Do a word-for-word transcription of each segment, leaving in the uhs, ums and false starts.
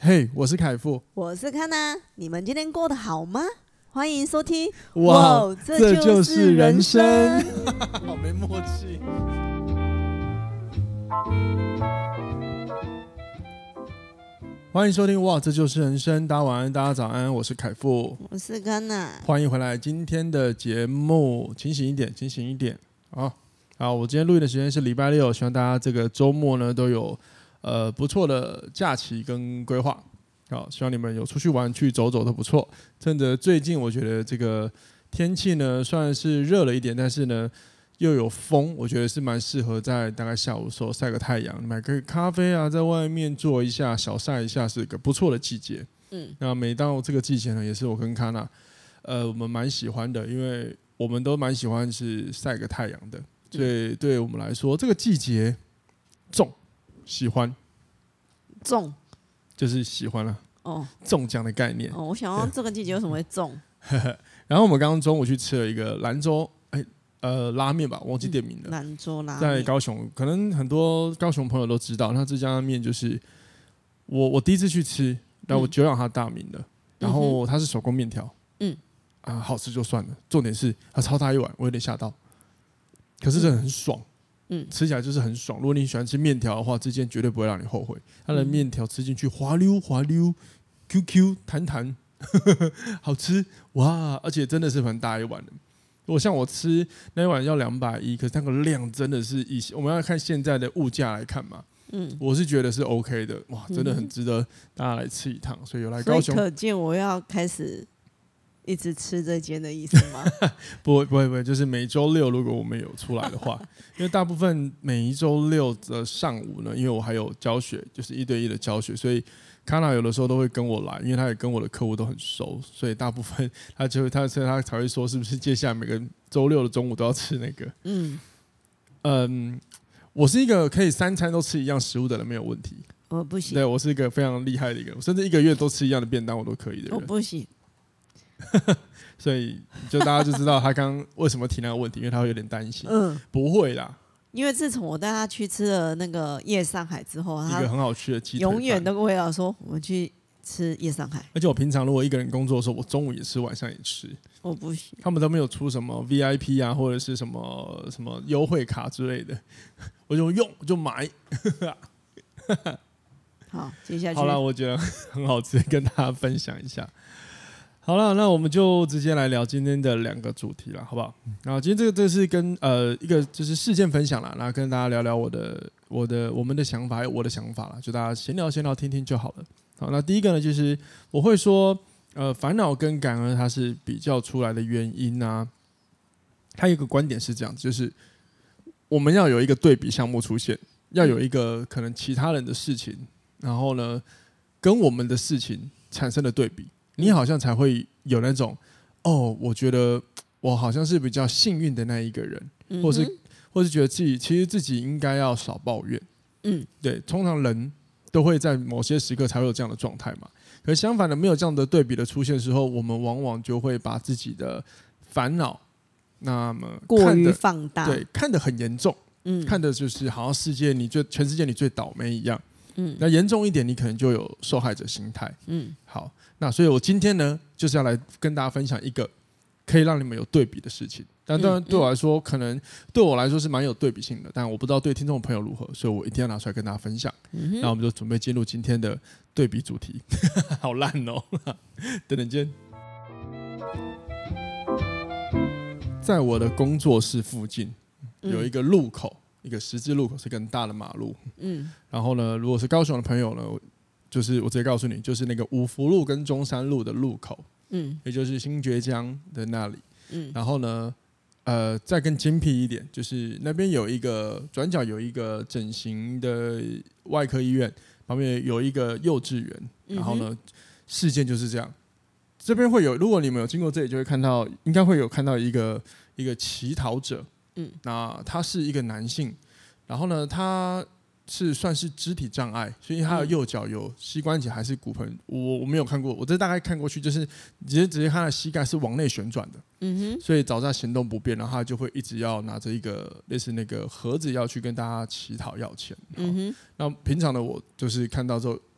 嘿、hey, 我是凯富， 我是康娜，你们今天过得好吗？欢迎收听。 哇， 哇这就是人生， 好没默契。欢迎收听哇，这就是人生。大家晚安，大家早安，我是凯富， 我是康娜， 欢迎回来今天的节目。清醒一点，清醒一点。好，好，我今天录音的时间是礼拜六，希望大家这个周末呢都有呃不错的假期跟规划。好，希望你们有出去玩、去走走都不错。趁着最近，我觉得这个天气呢，虽然是热了一点，但是呢又有风，我觉得是蛮适合在大概下午的时候晒个太阳，买个咖啡啊，在外面坐一下，小晒一下，是一个不错的季节。嗯，那每到这个季节呢，也是我跟康娜，呃，我们蛮喜欢的，因为我们都蛮喜欢是晒个太阳的，所以对我们来说，这个季节重喜欢重。 就是喜欢了哦，中奖的概念哦。我想要这个季节为什么会中？ 然后我们刚刚中午去吃了一个兰州哎呃拉面吧，忘记店名了。 兰州拉面在高雄，可能很多高雄朋友都知道，那这家面就是我我第一次去吃，然后我就让它大名了。嗯、然后它是手工面条，嗯啊好吃就算了，重点是它超大一碗，我有点吓到，可是真的很爽。嗯，吃起来就是很爽。如果你喜欢吃面条的话，这件绝对不会让你后悔。它的面条吃进去滑溜滑溜 ，Q Q 弹弹，好吃哇！而且真的是很大一碗的。如果像我吃那一碗要两百一，可是那个量真的是以我们要看现在的物价来看嘛。嗯，我是觉得是 OK 的，哇，真的很值得大家来吃一趟。所以有来高雄， 所以可见我要开始一直吃这间的意思吗？ 不会不会不会，就是每周六如果我们有出来的话，因为大部分每一周六的上午呢，因为我还有教学，就是一对一的教学，所以康娜有的时候都会跟我来，因为他也跟我的客户都很熟，所以大部分他就他所以他才会说，是不是接下来每个周六的中午都要吃那个？嗯嗯，我是一个可以三餐都吃一样食物的人，没有问题。 我不行， 对我是一个非常厉害的一个，我甚至一个月都吃一样的便当，我都可以的人。 我不行。 所以就大家就知道他刚刚为什么提那个问题，因为他会有点担心。嗯，不会啦， 因为自从我带他去吃了那个夜上海之后， 一个很好吃的鸡腿饭， 永远都跟我讲说我们去吃夜上海。 而且我平常如果一个人工作的时候，我中午也吃，晚上也吃。 我不行， 他们都没有出什么 V I P 啊，或者是什么什么优惠卡之类的，我就用我就买。 好，接下去好了，我觉得很好吃，跟大家分享一下。好了，那我们就直接来聊今天的两个主题了，好不好？然后今天这个这是跟呃一个就是事件分享啦，然后跟大家聊聊我的我的我们的想法，还有我的想法啦，就大家闲聊闲聊听听就好了。好，那第一个呢，就是我会说，呃，烦恼跟感恩它是比较出来的原因啊。它有一个观点是这样子，就是我们要有一个对比项目出现，要有一个可能其他人的事情，然后呢跟我们的事情产生的对比。你好像才会有那种哦，我觉得我好像是比较幸运的那一个人，嗯、或是或是觉得自己其实自己应该要少抱怨。嗯，对，通常人都会在某些时刻才会有这样的状态嘛。可是相反的，没有这样的对比的出现的时候，我们往往就会把自己的烦恼那么过于放大， 对，看得很严重。嗯，看的就是好像世界你最全世界你最倒霉一样。嗯，那严重一点，你可能就有受害者心态。嗯，好。那所以，我今天呢，就是要来跟大家分享一个可以让你们有对比的事情。但当然，对我来说，可能对我来说是蛮有对比性的，但我不知道对听众朋友如何，所以我一定要拿出来跟大家分享。嗯、那我们就准备进入今天的对比主题。好烂哦！等等见。在我的工作室附近有一个路口，一个十字路口，是一个很大的马路。嗯，然后呢，如果是高雄的朋友呢？就是我直接告诉你，就是那个五福路跟中山路的路口，嗯，也就是新崛江的那里，嗯，然后呢，呃，再更精辟一点，就是那边有一个转角有一个整形的外科医院，旁边有一个幼稚园，然后呢，嗯、事件就是这样，这边会有，如果你们有经过这里，就会看到，应该会有看到一个一个乞讨者，嗯，那他是一个男性，然后呢，他是算是肢体障碍，所以他的右脚有膝关节还是骨盆，我我没有看过，我这大概看过去就是直接直接他的膝盖是往内旋转的，嗯哼，所以导致他行动不便，然后他就会一直要拿着一个类似那个盒子要去跟大家乞讨要钱，嗯哼，那平常的我就是看到之后，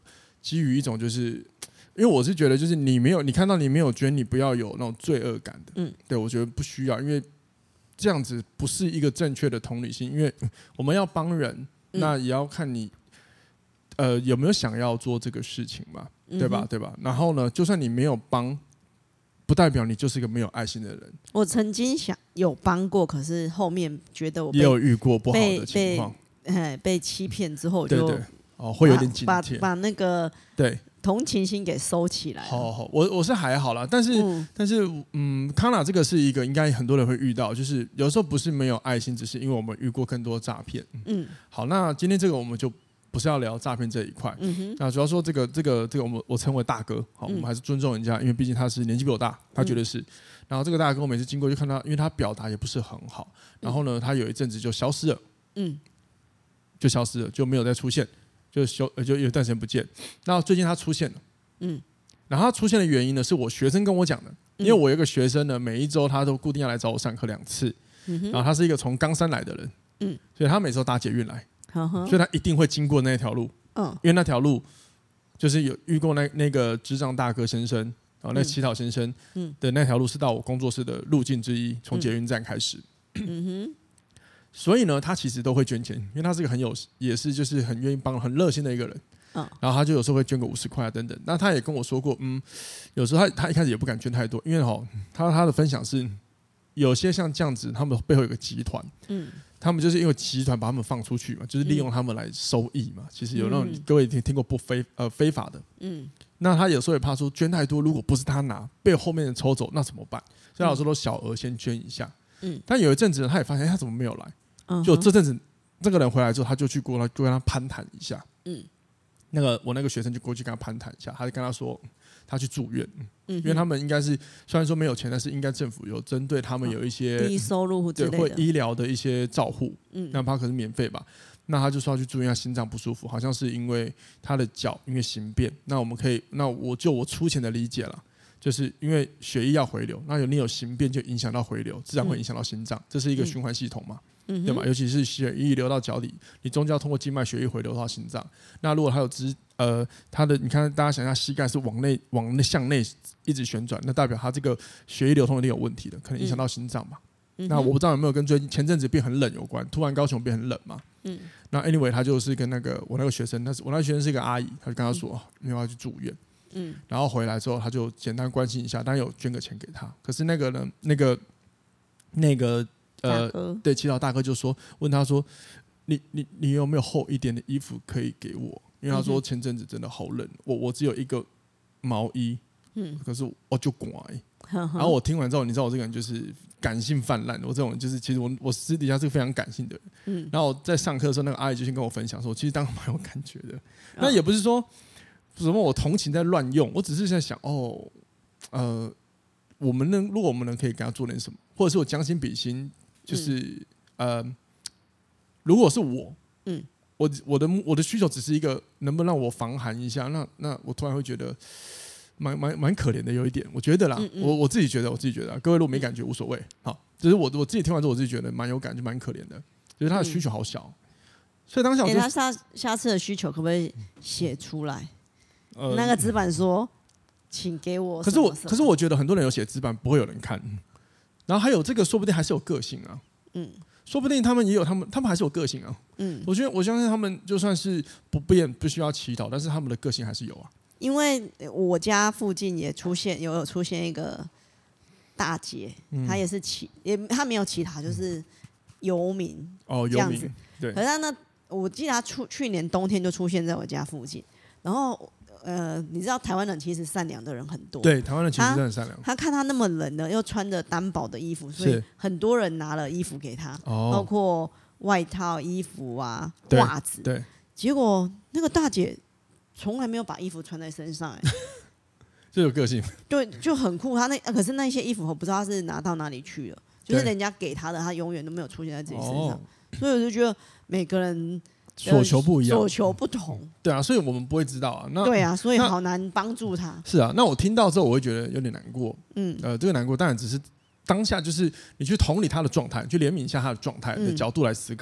基于一种就是，因为我是觉得就是你没有你看到你没有捐，你不要有那种罪恶感的。嗯，对我觉得不需要，因为这样子不是一个正确的同理心，因为我们要帮人，嗯、那也要看你。呃，有没有想要做这个事情嘛？对吧？嗯、对吧？然后呢，就算你没有帮，不代表你就是一个没有爱心的人。 我曾经想有帮过，可是后面觉得我也有遇过不好的情况， 被, 被欺骗之后就， 对对哦，会有点警惕，把把那个对同情心给收起来。 好好好，我我是还好啦，但是、嗯、但是嗯，康纳这个是一个应该很多人会遇到，就是有时候不是没有爱心，只是因为我们遇过更多诈骗。嗯，好，那今天这个我们就。不是要聊诈骗这一块，嗯、那主要说这个这个这个我们我称为大哥，好，我们还是尊重人家，因为毕竟他是年纪比我大，他绝对是。嗯、然后这个大哥我每次经过就看到，因为他表达也不是很好，然后呢，他有一阵子就消失了，嗯，就消失了，就没有再出现，就休就有一段时间不见。那最近他出现了，嗯，然后他出现的原因呢，是我学生跟我讲的，因为我有一个学生呢，每一周他都固定要来找我上课两次，嗯、然后他是一个从冈山来的人，嗯，所以他每周搭捷运来。所以他一定会经过那条路，嗯，因为那条路就是有遇过那那个智障大哥先生，哦，那乞讨先生的那条路是到我工作室的路径之一，从捷运站开始。嗯哼，所以呢，他其实都会捐钱，因为他是个很有，也是就是很愿意帮、很热心的一个人。嗯，然后他就有时候会捐个五十块啊等等。那他也跟我说过，嗯，有时候他他一开始也不敢捐太多，因为哈，他他的分享是有些像这样子，他们背后有个集团，嗯。他们就是因为集团把他们放出去嘛，就是利用他们来收益嘛。嗯、其实有那种、嗯、各位听听过不非呃非法的，嗯，那他有时候也怕说捐太多，如果不是他拿，被后面人抽走，那怎么办？所以老师都小额先捐一下。嗯，但有一阵子他也发现、欸、他怎么没有来？嗯、就这阵子这个人回来之后，他就去过来就跟他攀谈一下。嗯，那个我那个学生就过去跟他攀谈一下，他就跟他说他去住院。因为他们应该是虽然说没有钱，但是应该政府有针对他们有一些、 哦、低收入之类的， 对，会医疗的一些照护，嗯，哪怕可是免费吧。那他就说要去住院，心脏不舒服，好像是因为他的脚因为形变。那我们可以，那我就我粗浅的理解了，就是因为血液要回流，那有你有形变就影响到回流，自然会影响到心脏，这是一个循环系统嘛。嗯、对吧？尤其是血液流到脚底，你终究要通过静脉血液回流到心脏。那如果他有支呃，他的你看，大家想一下，膝盖是往内往内向内一直旋转，那代表他这个血液流通一定有问题的，可能影响到心脏吧。嗯、那我不知道有没有跟最近前阵子变很冷有关，突然高雄变很冷嘛。嗯。那 anyway， 他就是跟那个我那个学生，那是我那个学生是一个阿姨，他就跟他说，嗯、因为要去住院。嗯。然后回来之后，他就简单关心一下，当然有捐个钱给他。可是那个呢，那个那个。呃，对，祈祷大哥就说，问他说，你你你有没有厚一点的衣服可以给我？因为他说前阵子真的好冷，我我只有一个毛衣，嗯，可是我就乖。然后我听完之后，你知道我这个人就是感性泛滥，我这种就是其实我我私底下是个非常感性的人，嗯。然后我在上课的时候，那个阿姨就先跟我分享说，其实当时蛮有感觉的。那也不是说什么我同情在乱用，我只是在想，哦，呃，我们能如果我们能可以给他做点什么，或者是我将心比心。就是、嗯、呃，如果是我，嗯，我我的我的需求只是一个能不能让我防寒一下，那那我突然会觉得蛮蛮蛮可怜的，有一点，我觉得啦，嗯嗯我我自己觉得，我自己觉得，各位如果没感觉无所谓，好，只是我我自己听完之后，我自己觉得蛮有感，就蛮可怜的，就是他的需求好小，嗯、所以当下我就、欸、 他下下次的需求可不可以写出来？呃、那个纸板说，请给我什么什么。 可是我可是我觉得很多人有写纸板，不会有人看。然后还有这个，说不定还是有个性啊，嗯，说不定他们也有他们，他们还是有个性啊，嗯，我觉得我相信他们就算是不变不需要祈祷，但是他们的个性还是有啊。 因为我家附近也出现有有出现一个大姐，嗯、她也是乞，也她没有乞讨，就是游民哦， 这样子， 对。 可是她呢，我记得她去去年冬天就出现在我家附近，然后。呃，你知道台湾人其实善良的人很多， 对，台湾人其实真的很善良。 他, 他看他那么冷的，又穿着单薄的衣服，所以很多人拿了衣服给他，哦、包括外套、衣服啊、袜子。 对， 结果那个大姐从来没有把衣服穿在身上、欸，哎， 就有个性。 对，就很酷。他那可是那些衣服我不知道他是拿到哪里去了，就是人家给他的，他永远都没有出现在自己身上。哦、所以我就觉得每个人。 所求不一样， 所求不同。 对啊，所以我们不会知道啊。那对啊，所以好难帮助他。 是啊，那我听到之后，我会觉得有点难过。嗯，呃，这个难过当然只是当下，就是你去同理他的状态，去怜悯一下他的状态的角度来思考。嗯、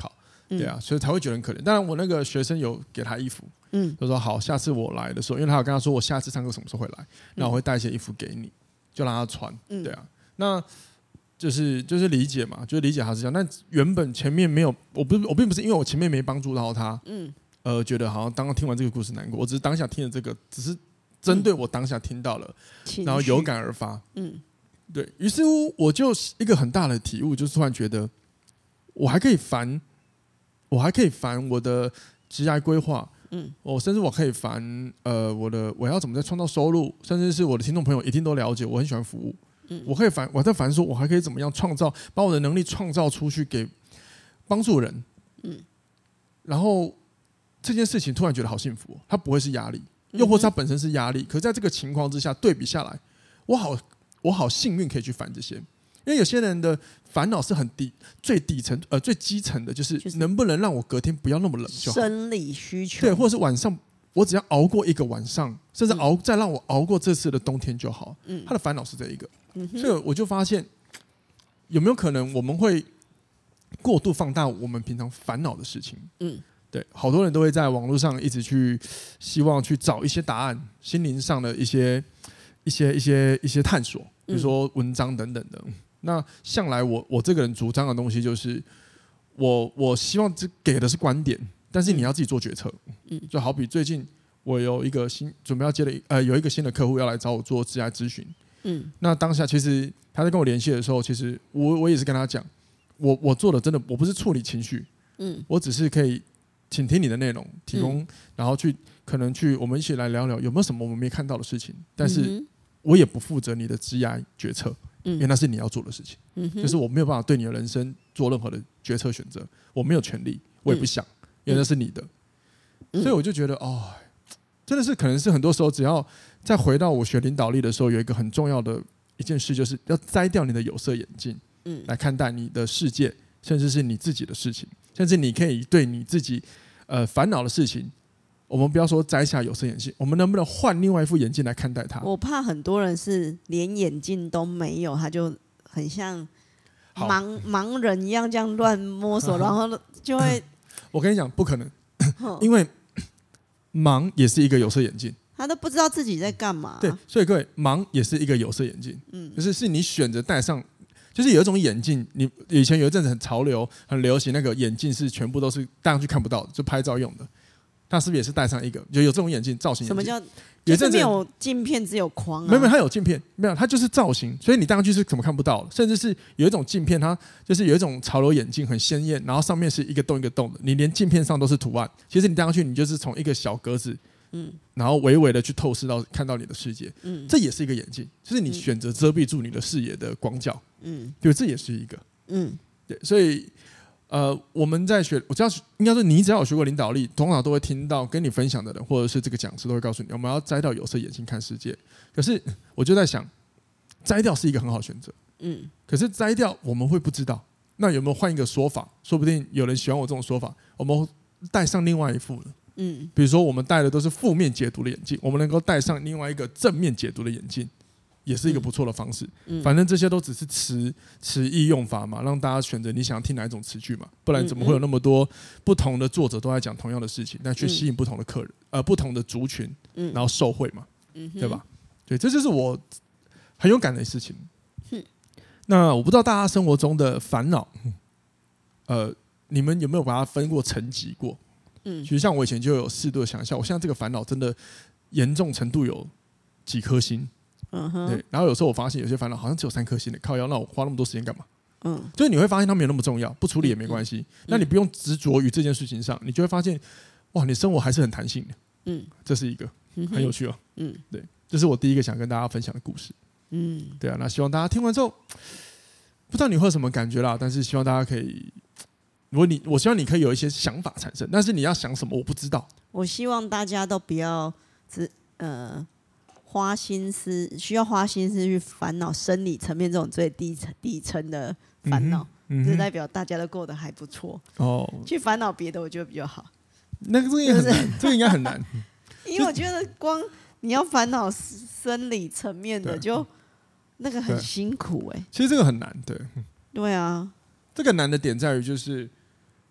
对啊，所以才会觉得很可怜。当然，我那个学生有给他衣服，嗯，就说好，下次我来的时候，因为他有跟他说我下次上课什么时候会来，那我会带一些衣服给你，就让他穿，对啊，那就是就是理解嘛，就是理解他是这样。但原本前面没有，我不我并不是因为我前面没帮助到他，嗯，呃，觉得好像刚刚听完这个故事难过，我只是当下听了这个，只是针对我当下听到了，嗯、然后有感而发，嗯。对于是乎，我就一个很大的体悟，就是突然觉得，我还可以烦，我还可以烦我的职业规划，嗯，我甚至我可以烦，呃，我的我要怎么在创造收入，甚至是我的听众朋友一定都了解，我很喜欢服务，嗯，我可以烦，我在烦说，我还可以怎么样创造，把我的能力创造出去给帮助人，嗯，然后这件事情突然觉得好幸福、哦，它不会是压力，又或者它本身是压力，可是在这个情况之下对比下来，我好。我好幸运可以去烦这些，因为有些人的烦恼是很低、最底层、呃最基层的，就是能不能让我隔天不要那么冷就好。 生理需求， 对，或者是晚上我只要熬过一个晚上，甚至熬、嗯、再让我熬过这次的冬天就好。嗯，他的烦恼是这一个，嗯、所以我就发现有没有可能我们会过度放大我们平常烦恼的事情？嗯，对，好多人都会在网络上一直去希望去找一些答案，心灵上的一些。一些一些一些探索，比如说文章等等的。嗯、那向来我我这个人主张的东西就是，我我希望这给的是观点，但是你要自己做决策。嗯，就好比最近我有一个新准备要接的呃有一个新的客户要来找我做职涯咨询。嗯，那当下其实他在跟我联系的时候，其实我我也是跟他讲，我我做的真的我不是处理情绪，嗯，我只是可以倾听你的内容，提供、嗯、然后去可能去我们一起来聊聊有没有什么我们没看到的事情，但是。嗯我也不负责你的职业决策，因为那是你要做的事情。嗯、就是我没有办法对你的人生做任何的决策选择，我没有权利，我也不想，嗯、因为那是你的。嗯、所以我就觉得，哦，真的是可能是很多时候，只要再回到我学领导力的时候，有一个很重要的一件事，就是要摘掉你的有色眼镜，嗯、来看待你的世界，甚至是你自己的事情，甚至你可以对你自己呃烦恼的事情。我们不要说摘下有色眼镜，我们能不能换另外一副眼镜来看待它？ 我怕很多人是连眼镜都没有，他就很像盲盲人一样这样乱摸索，然后就会。 我跟你讲，不可能，因为盲也是一个有色眼镜， 他都不知道自己在干嘛。 对，所以各位，盲也是一个有色眼镜，嗯，就是是你选择戴上。就是有一种眼镜，你以前有一阵子很潮流、很流行，那个眼镜是全部都是戴上去看不到的，就拍照用的。他是不是也是戴上一个？就有这种眼镜造型眼镜。 什么叫？就是没有镜片，只有框啊。 没有没有，它有镜片，没有它就是造型，所以你戴上去是怎么看不到的？甚至是有一种镜片，它就是有一种潮流眼镜，很鲜艳，然后上面是一个洞一个洞的，你连镜片上都是图案。其实你戴上去，你就是从一个小格子，嗯，然后微微的去透视到看到你的世界，嗯，这也是一个眼镜，就是你选择遮蔽住你的视野的广角，嗯，对，这也是一个，嗯，对，所以。呃，我们在学，我只要应该说，你只要有学过领导力，通常都会听到跟你分享的人，或者是这个讲师都会告诉你，我们要摘掉有色眼镜看世界。可是我就在想，摘掉是一个很好的选择，嗯，可是摘掉我们会不知道，那有没有换一个说法？说不定有人喜欢我这种说法，我们戴上另外一副呢，嗯，比如说我们戴的都是负面解读的眼镜，我们能够戴上另外一个正面解读的眼镜。也是一个不错的方式，嗯、反正这些都只是词词义用法嘛，让大家选择你想听哪一种词句嘛，不然怎么会有那么多不同的作者都在讲同样的事情，但却吸引不同的客人，呃，不同的族群，然后受惠嘛，嗯、对吧？对，这就是我很有感的事情。嗯、那我不知道大家生活中的烦恼，呃，你们有没有把它分过层级过？嗯，其实像我以前就有适度的想一下，我现在这个烦恼真的严重程度有几颗星。嗯、对，然后有时候我发现有些烦恼好像只有三颗星的，靠腰，那我花那么多时间干嘛？嗯，就是你会发现它没有那么重要，不处理也没关系。嗯、那你不用执着于这件事情上，你就会发现，哇，你生活还是很弹性的。嗯，这是一个很有趣哦。嗯，对，这是我第一个想跟大家分享的故事。嗯，对啊，那希望大家听完之后，不知道你会有什么感觉啦，但是希望大家可以，如果你，我希望你可以有一些想法产生，但是你要想什么，我不知道。 我希望大家都不要只呃。花心思需要花心思去烦恼生理层面这种最低层底层的烦恼，嗯嗯、就代表大家都过得还不错。哦，去烦恼别的，我觉得比较好。 那个这个也很难，就是、这个应该很难。 因为我觉得光你要烦恼生理层面的，就那个很辛苦哎、欸。 其实这个很难，对。 对啊， 这个难的点在于就是，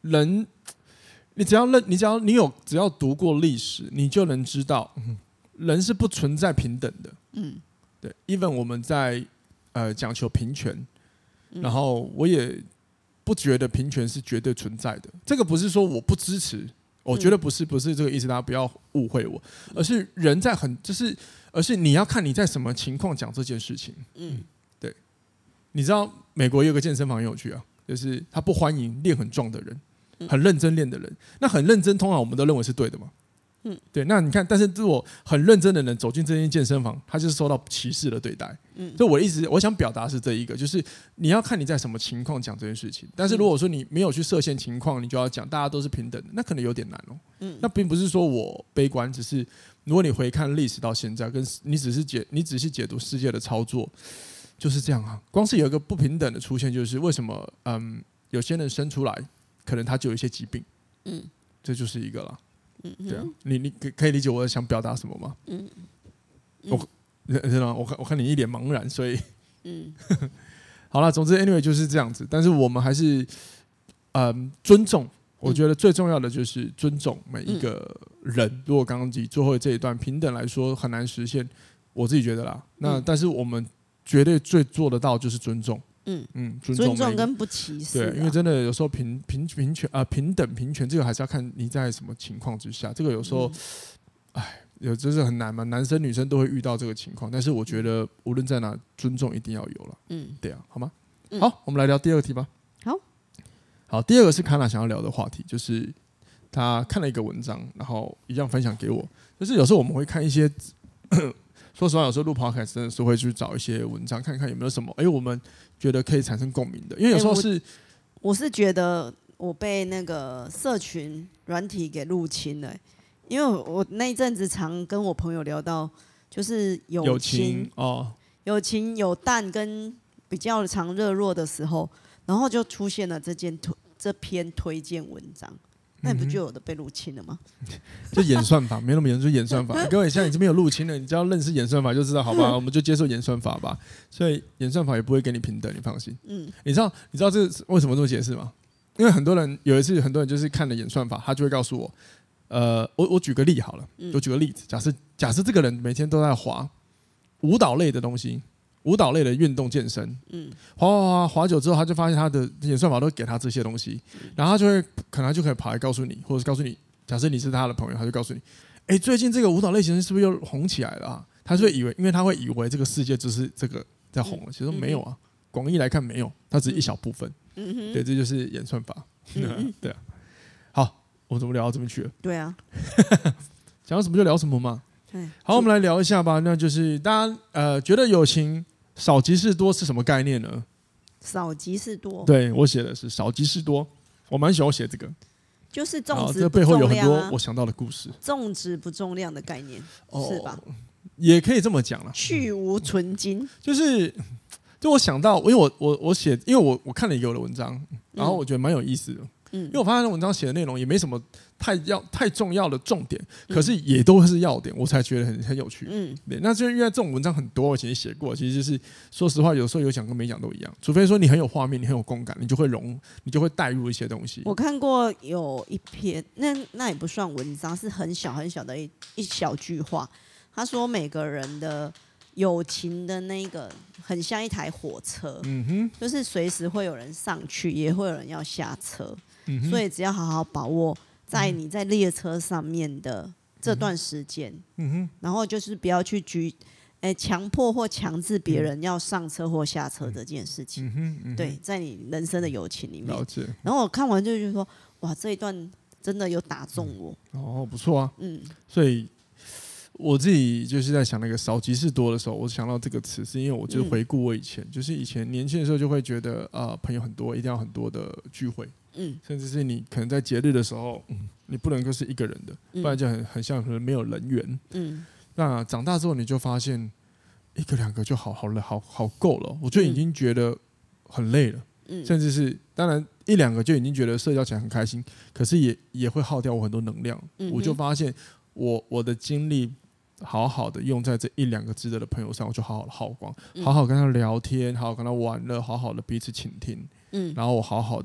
人，你只要认，你只要你有只要读过历史，你就能知道，嗯、人是不存在平等的。嗯，对 ，even 我们在呃讲求平权，嗯、然后我也不觉得平权是绝对存在的。这个不是说我不支持，我觉得不是，不是这个意思，大家不要误会我，而是人在很就是，而是你要看你在什么情况讲这件事情。嗯，对，你知道美国有个健身房很有趣啊。就是他不欢迎练很壮的人，很认真练的人。那很认真，通常我们都认为是对的嘛。嗯，对。那你看，但是如果很认真的人走进这间健身房，他就是受到歧视的对待。嗯，所以我的意思，我想表达是这一个，就是你要看你在什么情况讲这件事情。但是如果说你没有去设限情况，你就要讲大家都是平等的，那可能有点难哦。嗯，那并不是说我悲观，只是如果你回看历史到现在，跟你只是解你仔细解读世界的操作。就是这样啊，光是有一个不平等的出现，就是为什么嗯，有些人生出来可能他就有一些疾病，嗯，这就是一个啦，嗯，对啊，你你可以理解我想表达什么吗？嗯，我真的，我看我看你一脸茫然，所以，嗯，好了，总之 anyway 就是这样子，但是我们还是嗯尊重，我觉得最重要的就是尊重每一个人。嗯、如果刚刚以最后这一段平等来说很难实现，我自己觉得啦，那、嗯、但是我们。绝对最做得到就是尊重，嗯嗯，尊重, 尊重跟不歧视、啊。 对，因为真的有时候平平平权啊、呃，平等平权这个还是要看你在什么情况之下。这个有时候，哎、嗯，有就是很难嘛，男生女生都会遇到这个情况。但是我觉得无论在哪，尊重一定要有了。嗯，对啊，好吗？嗯、好，我们来聊第二个题吧。 好， 好，第二个是卡娜想要聊的话题，就是他看了一个文章，然后一样分享给我。就是有时候我们会看一些。说实话，有时候录 podcast 真的是会去找一些文章，看看有没有什么，哎、欸，我们觉得可以产生共鸣的。因为有时候是、欸我，我是觉得我被那个社群软体给入侵了、欸，因为我那一阵子常跟我朋友聊到，就是友情哦，友情有淡跟比较常热络的时候，然后就出现了这件推这篇推荐文章。那你不觉得我的被入侵了吗？ 就演算法没那么严重，就演算法。各位现在已经没有入侵了，你只要认识演算法就知道，好吧？我们就接受演算法吧。所以演算法也不会给你平等，你放心。嗯，你知道你知道这为什么这么解释吗？因为很多人有一次，很多人就是看了演算法，他就会告诉我，呃，我我举个例好了，我举个例子，假设假设这个人每天都在滑舞蹈类的东西。舞蹈类的运动健身，嗯，滑滑滑滑久之后，他就发现他的演算法都给他这些东西，然后他就会可能他就可以跑来告诉你，或者是告诉你，假设你是他的朋友，他就告诉你，哎、欸，最近这个舞蹈类型是不是又红起来了、啊？他就会以为，因为他会以为这个世界就是这个在红了，其实没有啊，广义来看没有，它只是一小部分，嗯对，这就是演算法，嗯、对啊。好，我怎么聊到这边去了？ 对啊， 讲到什么就聊什么嘛。好，我们来聊一下吧。那就是大家呃觉得友情少即是多是什么概念呢？ 少即是多， 对我写的是少即是多，我蛮喜欢写这个， 就是重质不重量、啊、 这背后有很多我想到的故事， 重质不重量的概念、哦、是吧？ 也可以这么讲了， 去无存精， 就是就我想到，因为我我我写，因为我我看了一个我的文章，然后我觉得蛮有意思的。嗯，因为我发现文章写的内容也没什么太要太重要的重点，可是也都是要点，我才觉得很很有趣。嗯，对，那就因为这种文章很多，我以前写过，其实就是说实话，有时候有讲跟没讲都一样，除非说你很有画面，你很有共感，你就会融，你就会带入一些东西。 我看过有一篇，那那也不算文章，是很小很小的一一小句话。他说每个人的友情的那个很像一台火车，嗯哼，就是随时会有人上去，也会有人要下车。嗯、所以只要好好把握在你在列车上面的这段时间、嗯，然后就是不要去拘，欸、强迫或强制别人要上车或下车这件事情。嗯嗯、对，在你人生的友情里面。了解。然后我看完就觉得说，哇，这一段真的有打中我。 哦，不错啊。嗯，所以我自己就是在想那个少即是多的时候，我想到这个词，是因为我就回顾我以前、嗯，就是以前年轻的时候就会觉得啊、呃，朋友很多，一定要很多的聚会。嗯，甚至是你可能在节日的时候，嗯、你不能够是一个人的，不然就很很像可能没有人缘。嗯，那长大之后你就发现一个两个就好好了，好好够了。我就已经觉得很累了，嗯、甚至是当然一两个就已经觉得社交起来很开心，可是也也会耗掉我很多能量。嗯、我就发现我我的精力好好的用在这一两个值得的朋友上，我就好好的耗光，好好跟他聊天，好好跟他玩乐，好好的彼此倾听。嗯，然后我好好的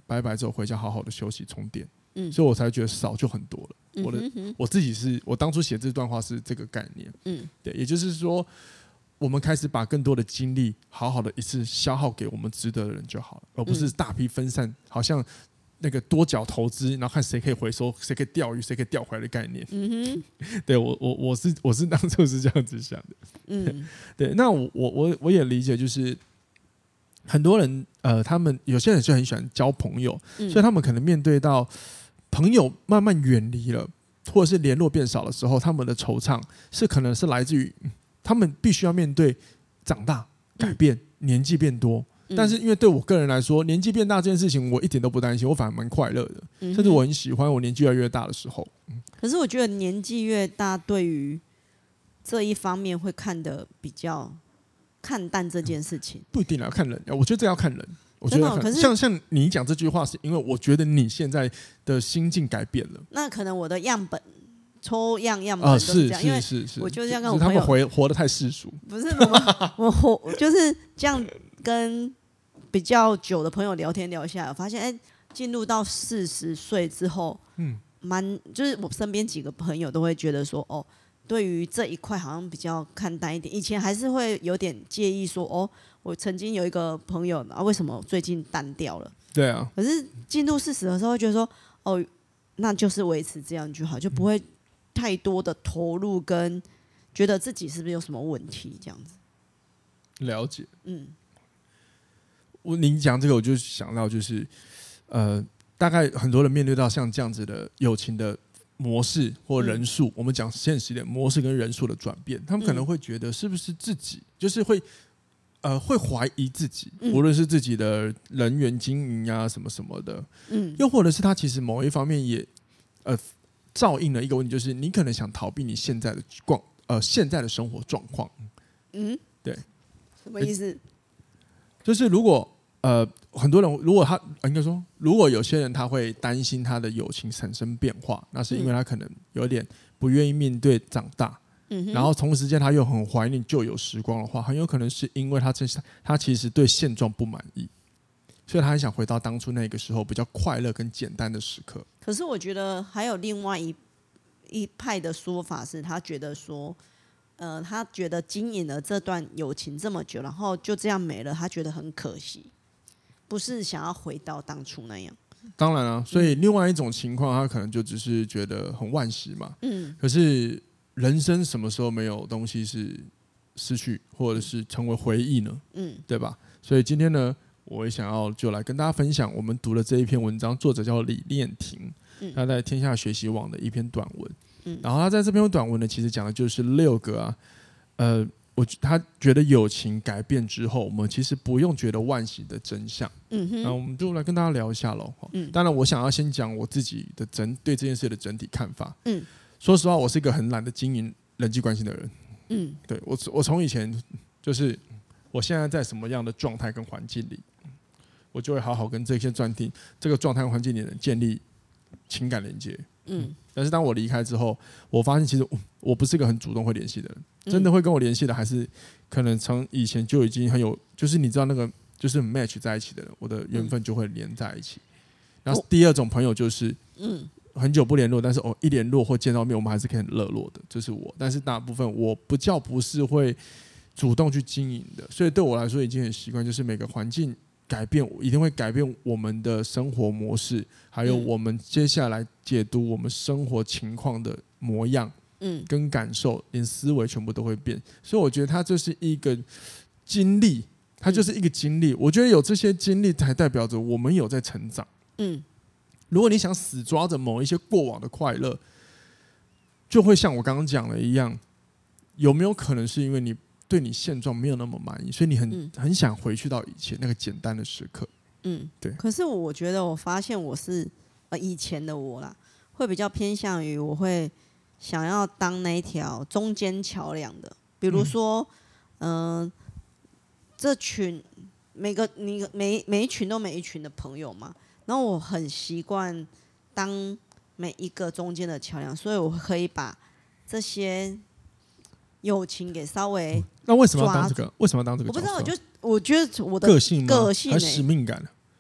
拜拜之后回家好好的休息充电。 嗯， 所以我才觉得少就很多了。 嗯、 我的我自己是我当初写这段话是这个概念。嗯，对，也就是说，我们开始把更多的精力好好的一次消耗给我们值得的人就好了，而不是大批分散，好像那个多角投资，然后看谁可以回收，谁可以钓鱼，谁可以钓回来的概念。嗯哼，对我我我是我是当初是这样子想的。嗯，对，那我我我我也理解，就是很多人呃，他们有些人就很喜欢交朋友，嗯、所以他们可能面对到朋友慢慢远离了，或者是联络变少的时候，他们的惆怅是可能是来自于他们必须要面对长大、改变、嗯、年纪变多。但是因为对我个人来说，年纪变大这件事情我一点都不担心，我反而蛮快乐的，嗯、甚至我很喜欢我年纪越来越大的时候。嗯、 可是我觉得年纪越大，对于这一方面会看得比较看淡这件事情。 不一定要看人，我觉得这要看人。我觉得要看人，像像你讲这句话，是因为我觉得你现在的心境改变了。 那可能我的样本抽样样本都是这样， 呃、是是是是， 因为我就这样跟我朋友， 他们活活得太世俗。 不是我我活就是这样跟比较久的朋友聊天聊下来，我发现哎，进入到四十岁之后，嗯，蛮就是我身边几个朋友都会觉得说，哦，对于这一块好像比较看淡一点。以前还是会有点介意说，哦，我曾经有一个朋友啊，为什么最近淡掉了？ 对啊。 可是进入四十的时候，会觉得说，哦，那就是维持这样就好，就不会太多的投入跟觉得自己是不是有什么问题这样子。 了解。嗯。我你讲这个，我就想到就是，呃，大概很多人面对到像这样子的友情的模式或人数，嗯、我们讲现实点，模式跟人数的转变，他们可能会觉得是不是自己、嗯、就是会，呃，会怀疑自己，嗯、无论是自己的人员经营啊什么什么的，嗯，又或者是他其实某一方面也，呃，照应了一个问题，就是你可能想逃避你现在的状，呃，现在的生活状况，嗯，对， 什么意思？ 就是如果呃很多人如果他应该说，如果有些人他会担心他的友情产生变化，那是因为他可能有点不愿意面对长大，嗯、然后同时间他又很怀念旧有时光的话，很有可能是因为他这他其实对现状不满意，所以他很想回到当初那个时候比较快乐跟简单的时刻。 可是我觉得还有另外一一派的说法是，他觉得说。呃，他觉得经营了这段友情这么久，然后就这样没了，他觉得很可惜，不是想要回到当初那样。 当然啊，所以另外一种情况，他可能就只是觉得很惋惜嘛。嗯。可是人生什么时候没有东西是失去，或者是成为回忆呢？嗯，对吧？所以今天呢，我也想要就来跟大家分享我们读的这一篇文章，作者叫李念庭，他在天下学习网的一篇短文。嗯、然后他在这篇短文呢，其实讲的就是六个啊，呃，我他觉得友情改变之后，我们其实不用觉得惋惜的真相。嗯哼，那我们就来跟大家聊一下喽。嗯，当然我想要先讲我自己的整对这件事的整体看法。嗯，说实话，我是一个很懒得经营人际关系的人。嗯，对我我从以前就是我现在在什么样的状态跟环境里，我就会好好跟这些专题这个状态环境里的人建立情感连接。嗯，但是当我离开之后，我发现其实 我, 我不是一个很主动会联系的人，真的会跟我联系的还是可能从以前就已经很有，就是你知道那个就是很 match 在一起的人，我的缘分就会连在一起。然后第二种朋友就是，嗯，很久不联络，但是哦一联络或见到面，我们还是可以很热络的，这是我。但是大部分我不叫不是会主动去经营的，所以对我来说已经很习惯，就是每个环境改变一定会改变我们的生活模式，还有我们接下来解读我们生活情况的模样，嗯，跟感受，连思维全部都会变。所以我觉得它就是一个经历，它就是一个经历。我觉得有这些经历，才代表着我们有在成长。嗯，如果你想死抓着某一些过往的快乐，就会像我刚刚讲的一样，有没有可能是因为你对你现状没有那么满意，所以你很、嗯、很想回去到以前那个简单的时刻。嗯，对。 可是我觉得，我发现我是呃以前的我啦，会比较偏向于我会想要当那一条中间桥梁的。比如说，嗯、呃，这群每个你每每一群都每一群的朋友嘛，然后我很习惯当每一个中间的桥梁，所以我可以把这些友情给稍微、嗯、 那为什么要当这个？为什么要当这个角色？ 我不知道，我就我觉得我的个性个性、欸、 还是使命感？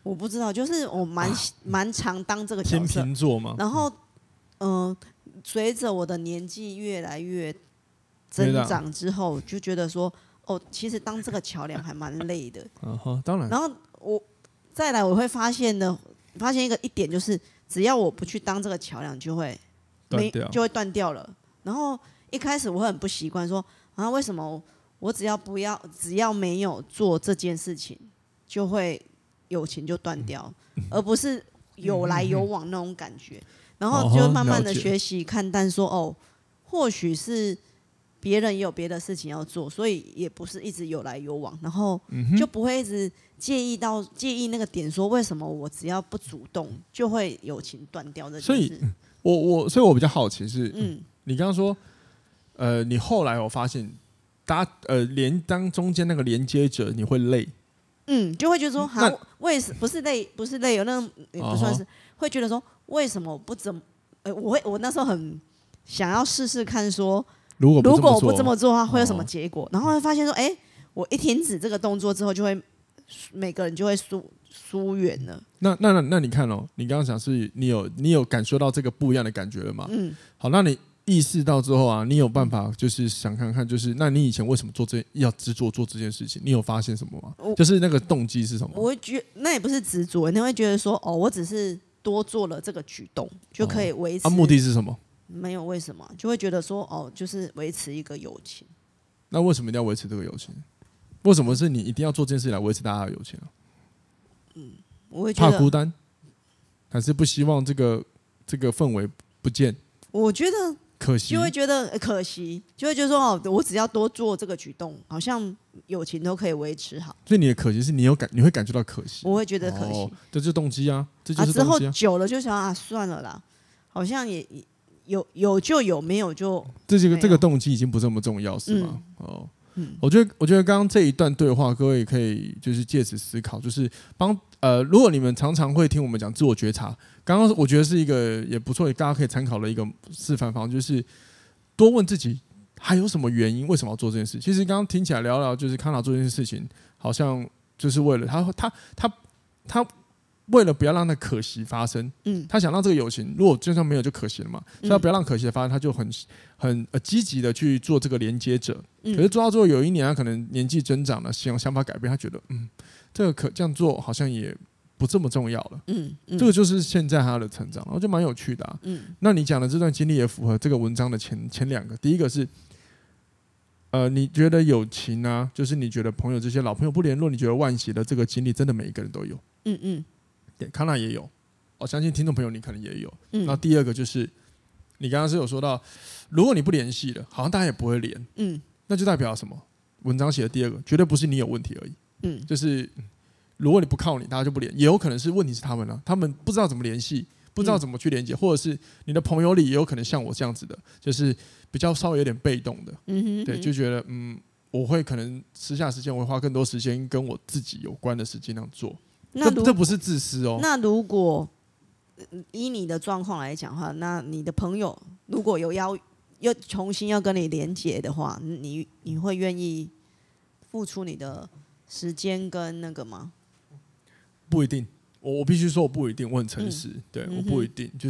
我不知道，就是我蛮蛮、啊、常当这个角色。 天秤座嘛。 然后，嗯、呃，随着我的年纪越来越增长之后，就觉得说，哦，其实当这个桥梁还蛮累的。 嗯哼，当然。 然后我再来，我会发现呢，发现一个一点就是，只要我不去当这个桥梁，就会没就会断掉了。然后一开始我会很不习惯，说啊，为什么我只要不要，只要没有做这件事情，就会友情就断掉，而不是有来有往那种感觉。然后就慢慢的学习看淡说，哦，或许是别人也有别的事情要做，所以也不是一直有来有往，然后就不会一直介意到介意那个点，说为什么我只要不主动就会友情断掉这件事。 所以我我所以我比较好奇是，嗯，你刚刚说，呃，你后来我发现搭呃连当中间那个连接者你会累， 嗯，就会觉得说，好，为什不是累不是累，有那种也不算是，会觉得说为什么我不怎么，呃，我会我那时候很想要试试看说。 如果如果我不这么做的话，会有什么结果？哦、然后会发现说，哎、欸，我一停止这个动作之后，就会每个人就会疏疏远了。 那那那那你看哦，你刚刚讲是你有你有感受到这个不一样的感觉了吗？嗯。好，那你意识到之后啊，你有办法就是想看看，就是那你以前为什么做这要执着做这件事情？你有发现什么吗？就是那个动机是什么？ 我会觉那也不是执着，你会觉得说，哦，我只是多做了这个举动就可以维持。 哦、啊，目的是什么？ 没有为什么，就会觉得说哦，就是维持一个友情。 那为什么一定要维持这个友情？为什么是你一定要做这件事来维持大家的友情啊？ 嗯，我会觉得怕孤单，还是不希望这个这个氛围不见？ 我觉得可惜， 就会觉得可惜，就会觉得说哦，我只要多做这个举动，好像友情都可以维持好。 所以你的可惜是你有感，你会感觉到可惜。 我会觉得可惜， 哦、这就是动机啊，这就是动机、啊啊。之后久了就想啊，算了啦，好像也。有有就有，没有就这这个这个动机已经不这么重要，是吗？嗯、哦，嗯，我觉得我觉得刚刚这一段对话，各位可以就是借此思考，就是帮呃，如果你们常常会听我们讲自我觉察，刚刚我觉得是一个也不错，大家可以参考的一个示范方，就是多问自己还有什么原因，为什么要做这件事。其实刚刚听起来聊聊，就是康纳做这件事情，好像就是为了他他他他。为了不要让那可惜发生，嗯，他想让这个友情，如果就算没有就可惜了嘛，所以他不要让可惜的发生，他就很很呃积极的去做这个连接者。嗯、可是做到最后有一年，他可能年纪增长了，想想法改变，他觉得嗯，这个可这样做好像也不这么重要了。嗯，嗯这个就是现在他的成长，然后就蛮有趣的啊。嗯，那你讲的这段经历也符合这个文章的前前两个，第一个是。呃，你觉得友情啊，就是你觉得朋友这些老朋友不联络，你觉得惋惜的这个经历，真的每一个人都有。嗯嗯。对，康纳也有，我相信听众朋友你可能也有。嗯，然后第二个就是，你刚刚是有说到，如果你不联系了，好像大家也不会联。嗯，那就代表什么？文章写的第二个，绝对不是你有问题而已。嗯，就是如果你不靠你，大家就不联，也有可能是问题是他们了、啊，他们不知道怎么联系，不知道怎么去连接，嗯、或者是你的朋友里也有可能像我这样子的，就是比较稍微有点被动的。嗯哼，对，就觉得嗯，我会可能私下时间，我会花更多时间跟我自己有关的事尽量做。那这这不是自私哦。 那如果以你的状况来讲的话，那你的朋友如果有要又重新要跟你连结的话，你你会愿意付出你的时间跟那个吗？ 不一定，我我必须说我不一定，我很诚实，嗯、对、嗯、我不一定，就是，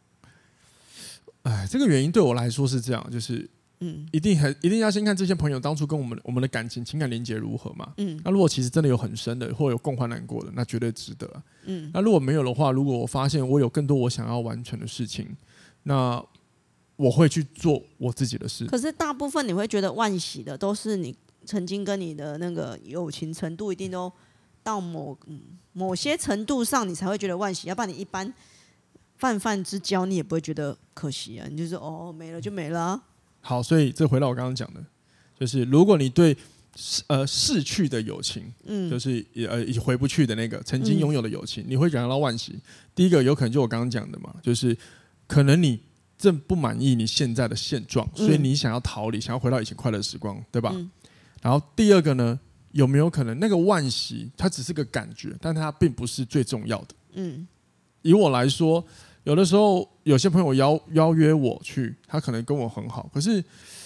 哎，这个原因对我来说是这样，就是。嗯，一定很一定要先看这些朋友当初跟我们我们的感情情感连结如何嘛。嗯，那如果其实真的有很深的，或有共患难过的，那绝对值得、啊。嗯，那如果没有的话，如果我发现我有更多我想要完成的事情，那我会去做我自己的事。 可是大部分你会觉得惋惜的，都是你曾经跟你的那个友情程度一定都到某、嗯、某些程度上，你才会觉得惋惜。要不然你一般泛泛之交，你也不会觉得可惜啊。你就说哦，没了就没了、啊。 好，所以这回到我刚刚讲的，就是如果你对呃逝去的友情，嗯，就是呃已回不去的那个曾经拥有的友情，嗯、你会感到惋惜。第一个有可能就我刚刚讲的嘛，就是可能你正不满意你现在的现状，所以你想要逃离，想要回到以前快乐的时光，对吧？嗯、然后第二个呢，有没有可能那个惋惜它只是个感觉，但它并不是最重要的？嗯，以我来说。有的时候，有些朋友邀邀约我去，他可能跟我很好，可是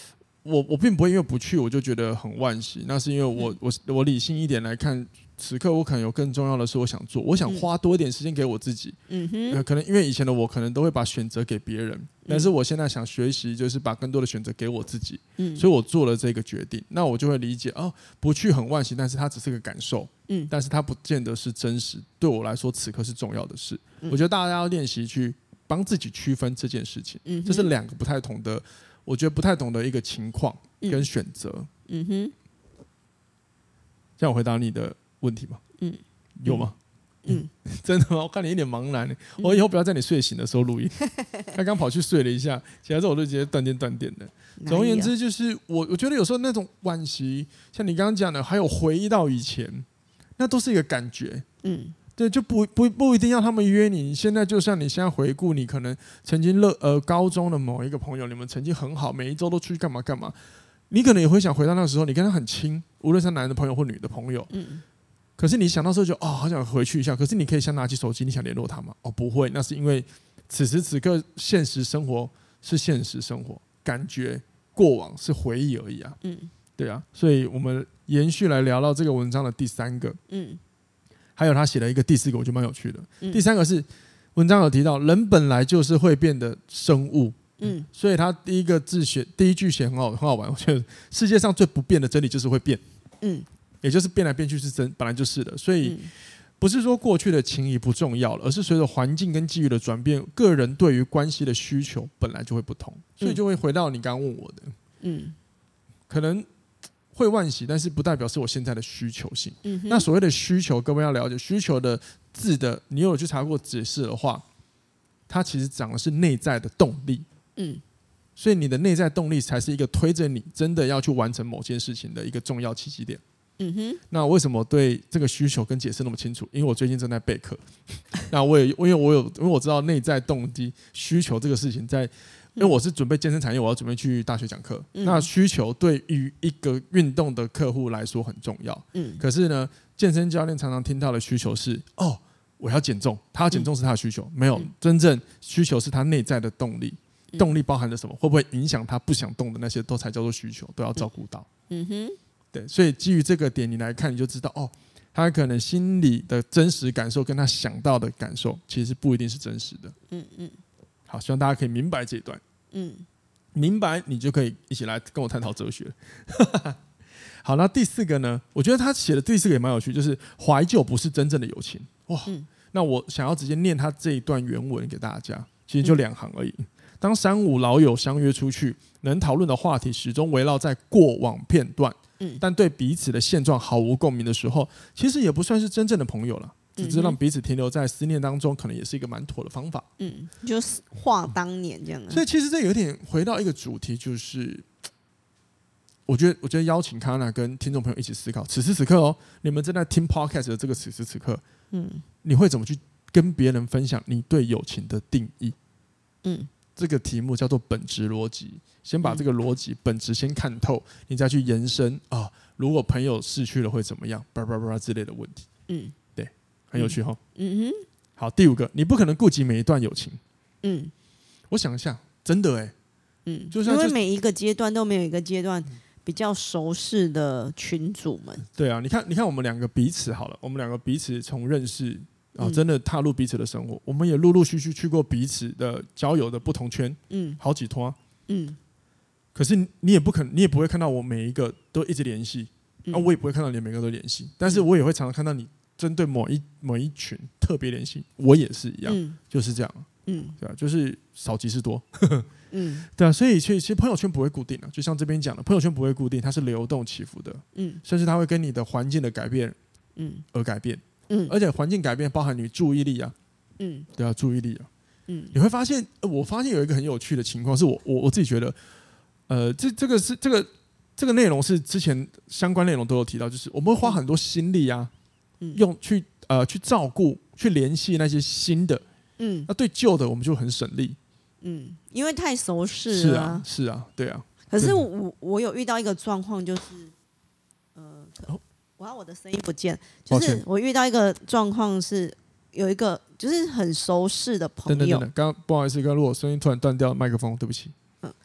我我并不会因为不去我就觉得很惋惜，那是因为我、嗯、我我理性一点来看，此刻我可能有更重要的事我想做，我想花多一点时间给我自己。嗯哼、呃，可能因为以前的我可能都会把选择给别人，嗯、但是我现在想学习，就是把更多的选择给我自己。嗯，所以我做了这个决定，那我就会理解哦，不去很惋惜，但是它只是个感受。嗯，但是它不见得是真实，对我来说此刻是重要的事。嗯、我觉得大家要练习去帮自己区分这件事情，嗯、这是两个不太同的。我觉得不太懂的一个情况跟选择。嗯哼，这样我回答你的问题吗？嗯，有吗？嗯，真的吗？我看你一脸茫然。我以后不要在你睡醒的时候录音。他刚跑去睡了一下，起来之后我就直接断电断电的。总而言之，就是我我觉得有时候那种惋惜，像你刚刚讲的，还有回忆到以前，那都是一个感觉。嗯。对，就不不不一定要他们约你。现在就像你现在回顾，你可能曾经乐呃高中的某一个朋友，你们曾经很好，每一周都出去干嘛干嘛。你可能也会想回到那个时候，你跟他很亲，无论是男的朋友或女的朋友。嗯。可是你想到时候就哦，好想回去一下。可是你可以先拿起手机，你想联络他吗？哦，不会，那是因为此时此刻现实生活是现实生活，感觉过往是回忆而已啊。嗯。对啊，所以我们延续来聊到这个文章的第三个。嗯。还有他写了一个第四个，我觉得蛮有趣的。嗯、第三个是文章有提到，人本来就是会变的生物，嗯，所以他第一个字写，第一句写很好，很好玩。我觉得世界上最不变的真理就是会变，嗯，也就是变来变去是真，本来就是的。所以不是说过去的情谊不重要了，而是随着环境跟机遇的转变，个人对于关系的需求本来就会不同，所以就会回到你刚刚问我的，嗯，可能。会惋惜，但是不代表是我现在的需求性。嗯、那所谓的需求，各位要了解需求的字的，你有去查过解释的话，它其实讲的是内在的动力。嗯，所以你的内在动力才是一个推着你真的要去完成某件事情的一个重要契机点。嗯哼。那为什么对这个需求跟解释那么清楚？因为我最近正在备课。那我也因为我有因为我知道内在动机需求这个事情在。因为我是准备健身产业，我要准备去大学讲课。嗯、那需求对于一个运动的客户来说很重要。嗯、可是呢，健身教练常常听到的需求是：哦，我要减重，他要减重是他的需求，嗯、没有真正需求是他内在的动力。嗯、动力包含了什么？会不会影响他不想动的那些，都才叫做需求，都要照顾到。嗯哼，对，所以基于这个点，你来看，你就知道哦，他可能心里的真实感受跟他想到的感受，其实不一定是真实的。嗯嗯。好，希望大家可以明白这一段。嗯，明白你就可以一起来跟我探讨哲学。好，那第四个呢？我觉得他写的第四个也蛮有趣，就是怀旧不是真正的友情。哇，嗯、那我想要直接念他这一段原文给大家，其实就两行而已。嗯、当三五老友相约出去，能讨论的话题始终围绕在过往片段，嗯、但对彼此的现状毫无共鸣的时候，其实也不算是真正的朋友了。只是让彼此停留在思念当中，可能也是一个蛮妥的方法。嗯， 就是话当年这样。 所以其实这有点回到一个主题，就是我觉得，我觉得邀请康娜跟听众朋友一起思考，此时此刻哦，你们正在听 podcast 的这个此时此刻，嗯，你会怎么去跟别人分享你对友情的定义？嗯，这个题目叫做本质逻辑。先把这个逻辑本质先看透，你再去延伸啊，如果朋友逝去了会怎么样？叭叭叭之类的问题。嗯。很有趣哈，嗯哼，好，第五个，你不可能顾及每一段友情，嗯，我想一下，真的哎， 嗯，就因为每一个阶段都没有一个阶段比较熟识的群主们， 对啊，你看，你看我们两个彼此好了，我们两个彼此从认识啊，真的踏入彼此的生活，我们也陆陆续续去过彼此的交友的不同圈，嗯，好几拖，嗯，可是你也不可能，你也不会看到我每一个都一直联系，嗯、啊，我也不会看到你每个都联系，但是我也会常常看到你。针对某一某一群特别联系，我也是一样，嗯、就是这样，嗯，对啊，就是少即是多，嗯，对啊，所以其实朋友圈不会固定啊，就像这边讲的，朋友圈不会固定，它是流动起伏的，嗯，甚至它会跟你的环境的改变，嗯，而改变，嗯，而且环境改变包含你注意力啊，嗯，对啊，注意力啊，嗯，你会发现，呃、我发现有一个很有趣的情况，是我我我自己觉得，呃，这这个是这个这个内容是之前相关内容都有提到，就是我们会花很多心力啊。用去呃去照顾、去联系那些新的，嗯，那对旧的我们就很省力， 嗯，因为太熟识了。 是啊，是啊，对啊。 可是我我有遇到一个状况，就是呃，哇，我的声音不见，就是我遇到一个状况是有一个就是很熟识的朋友。 等等等等，刚刚不好意思，刚刚如果声音突然断掉麦克风，对不起。 嗯，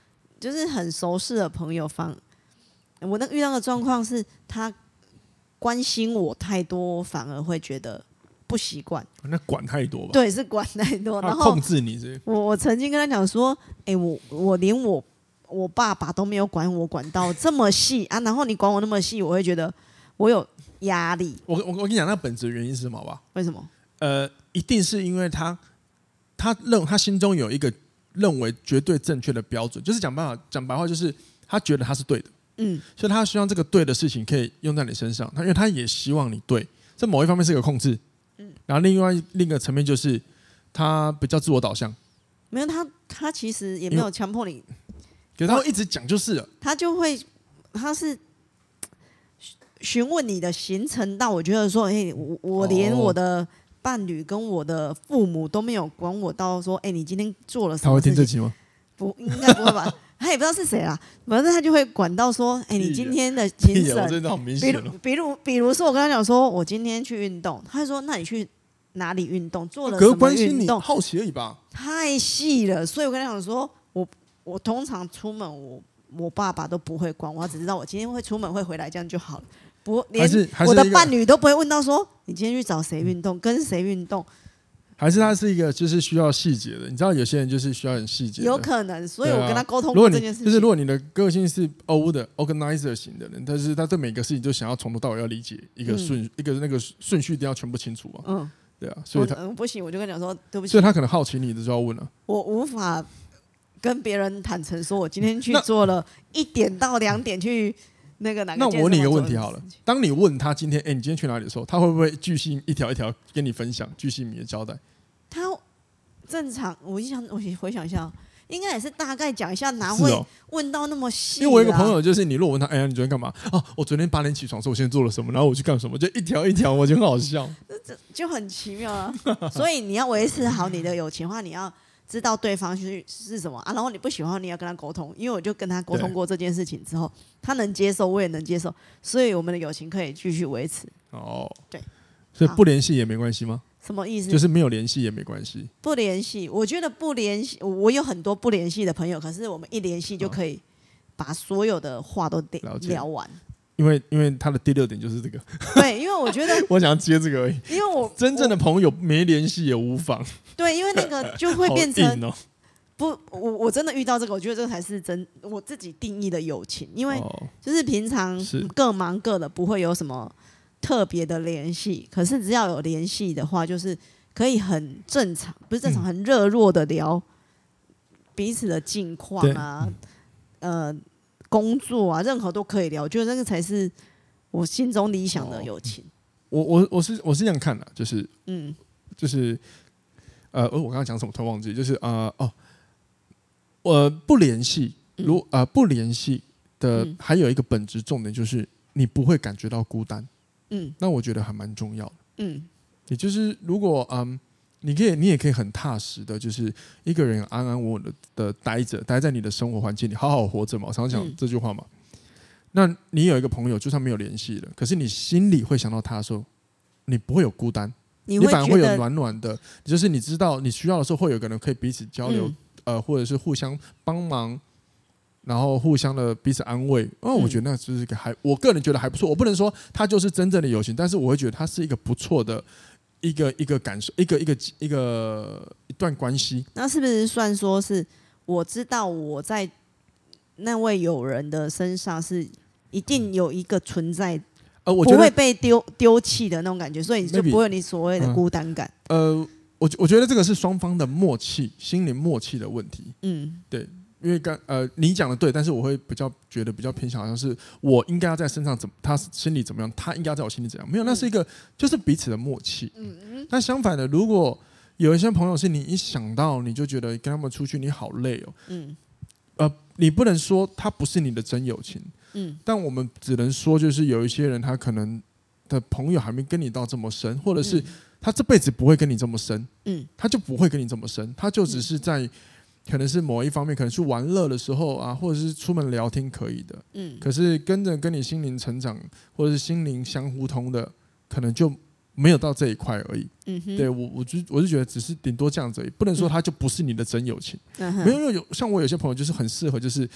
就是很熟识的朋友方，我那遇到的状况是他关心我太多，反而会觉得不习惯。 那管太多吧？ 对，是管太多，然后控制你是。 我我曾经跟他讲说，哎、欸，我我连我我爸爸都没有管我管到这么细啊，然后你管我那么细，我会觉得我有压力。 我我我跟你讲，那本质的原因是什么？好吧？ 为什么？ 呃，一定是因为他他认他心中有一个认为绝对正确的标准，就是讲办法讲白话，就是他觉得他是对的， 嗯， 所以他希望这个对的事情可以用在你身上，他因为他也希望你对，这某一方面是一个控制，嗯，然后另外另一个层面就是他比较自我导向， 没有他他其实也没有强迫你， 可是他会一直讲就是了， 他就会他是询问你的行程到，我觉得说，哎、欸，我我连我的伴侣跟我的父母都没有管我到说，哎、欸，你今天做了什么事情？ 他会听这集吗？ 不，应该不会吧？他也不知道是谁啦，反正他就会管到说，哎、欸，你今天的行程， 真的好明显、哦、 比如比如说我跟他讲说，我今天去运动，他就说，那你去哪里运动？做了什么运动？ 好奇而已吧。 太细了，所以我跟他讲说，我我通常出门我。我爸爸都不会管我，只知道我今天会出门会回来，这样就好了。不，连我的伴侣都不会问到说你今天去找谁运动，跟谁运动。 还是他是一个就是需要细节的，你知道有些人就是需要很细节的。 有可能，所以我跟他沟通过这件事情。 就是如果你的个性是 O 的 organizer 型的人，但是他对每个事情就想要从头到尾要理解一个顺、嗯、一个那个顺序一定要全部清楚啊。嗯，对啊，所以他、 嗯、不行，我就跟他讲说对不起。 所以他可能好奇你的就要问了、啊。 我无法跟别人坦诚说，我今天去做了一点到两点去那个哪个。 那我问你一个问题好了，当你问他今天，哎、欸，你今天去哪里的时候，他会不会巨细一条一条跟你分享，巨细靡的交代？ 他正常，我一想，我回想一下，应该也是大概讲一下，哪会问到那么细、啊？ 因为我有一个朋友，就是你如果问他，哎呀，你昨天干嘛？哦，我昨天八点起床，说我现在做了什么，然后我去干什么，就一条一条，我觉得很好笑， 这就很奇妙啊。所以你要维持好你的友情的话，你要知道对方是是什么啊，然后你不喜欢，你要跟他沟通。因为我就跟他沟通过这件事情之后，他能接受，我也能接受，所以我们的友情可以继续维持。 哦， 对， 所以不联系也没关系吗？ 什么意思？ 就是没有联系也没关系。 不联系，我觉得不联系，我有很多不联系的朋友，可是我们一联系就可以把所有的话都聊完。 因为因为他的第六点就是这个， 对，因为我觉得我想要接这个而已。 因为我真正的朋友没联系也无妨。 对，因为那个就会变成、 哦、 不，我我真的遇到这个，我觉得这个才是真我自己定义的友情。因为就是平常各忙各的，不会有什么特别的联系。可是只要有联系的话，就是可以很正常，不是正常，很热络的聊彼此的近况啊，呃。工作啊，任何都可以聊，我觉得那个才是我心中理想的友情。 哦、我我我是我是这样看的，就是嗯，就是呃，我刚刚讲什么突然忘记，就是呃哦，我不联系，如呃不联系的、嗯、还有一个本质重点就是你不会感觉到孤单，嗯，那我觉得还蛮重要的，嗯，也就是如果嗯。你可以，你也可以很踏实的，就是一个人安安稳稳的的待着，待在你的生活环境里，好好活着嘛。我常常讲这句话嘛。嗯、那你有一个朋友，就算没有联系了，可是你心里会想到他的时候，你不会有孤单，你, 你反而会有暖暖的，就是你知道你需要的时候会有个人可以彼此交流，嗯、呃，或者是互相帮忙，然后互相的彼此安慰。哦，我觉得那就是一个还，我个人觉得还不错。我不能说他就是真正的友情，但是我会觉得他是一个不错的。一个一个感受，一个一个一个一段关系， 那是不是算说是我知道我在那位友人的身上是一定有一个存在，呃，我觉得不会被丢丢弃的那种感觉，所以你就不会有你所谓的孤单感。 嗯、呃，我我觉得这个是双方的默契，心灵默契的问题。嗯，对。因为刚呃你讲的对，但是我会比较觉得比较偏向好像是我应该要在身上怎么，他心里怎么样，他应该要在我心里怎样，没有，那是一个、嗯、就是彼此的默契。嗯嗯。那相反的，如果有一些朋友是你一想到你就觉得跟他们出去你好累哦，嗯，呃，你不能说他不是你的真友情，嗯，但我们只能说就是有一些人他可能的朋友还没跟你到这么深，或者是他这辈子不会跟你这么深，嗯，他就不会跟你这么深，他就只是在。可能是某一方面，可能去玩乐的时候啊，或者是出门聊天可以的，嗯，可是跟着跟你心灵成长或者是心灵相互通的，可能就没有到这一块而已。嗯哼，对我，我就我是觉得只是顶多这样子而已，不能说他就不是你的真友情。嗯、没有有像我有些朋友就是很适合，就是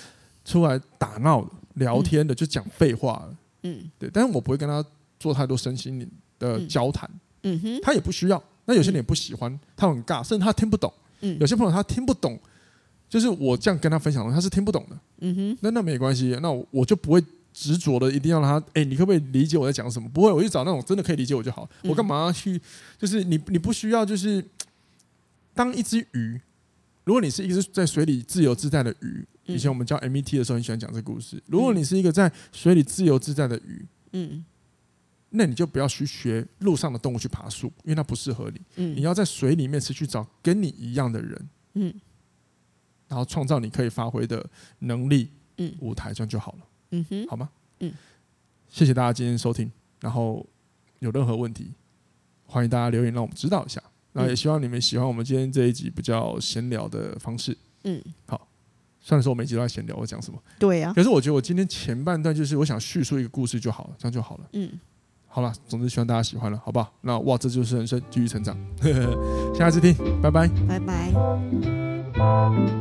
出来打闹的、聊天的，就讲废话了。 嗯， 对，但是我不会跟他做太多身心灵的交谈。 嗯哼， 他也不需要。那有些人也不喜欢，他很尬，甚至他听不懂。嗯，有些朋友他听不懂，就是我这样跟他分享，他是听不懂的。嗯哼，那那没关系，那 我, 我就不会执着的一定要让他，哎、欸，你可不可以理解我在讲什么？不会，我去找那种真的可以理解我就好。嗯、我干嘛要去？就是你你不需要，就是当一只鱼。如果你是一只在水里自由自在的鱼，以前我们教 M E T 的时候很喜欢讲这个故事。如果你是一个在水里自由自在的鱼，嗯，那你就不要去学路上的动物去爬树，因为那不适合你。嗯，你要在水里面持续找跟你一样的人，嗯，然后创造你可以发挥的能力，嗯，舞台这样就好了。嗯哼，好吗？嗯，谢谢大家今天收听。然后有任何问题，欢迎大家留言让我们知道一下。然后也希望你们喜欢我们今天这一集比较闲聊的方式。嗯，好。虽然说我每集都在闲聊，我讲什么？ 对呀、啊。 可是我觉得我今天前半段就是我想叙述一个故事就好了，这样就好了。嗯，好了，总之希望大家喜欢了，好不好？那哇，这就是人生，继续成长。下次听，拜拜， 拜拜。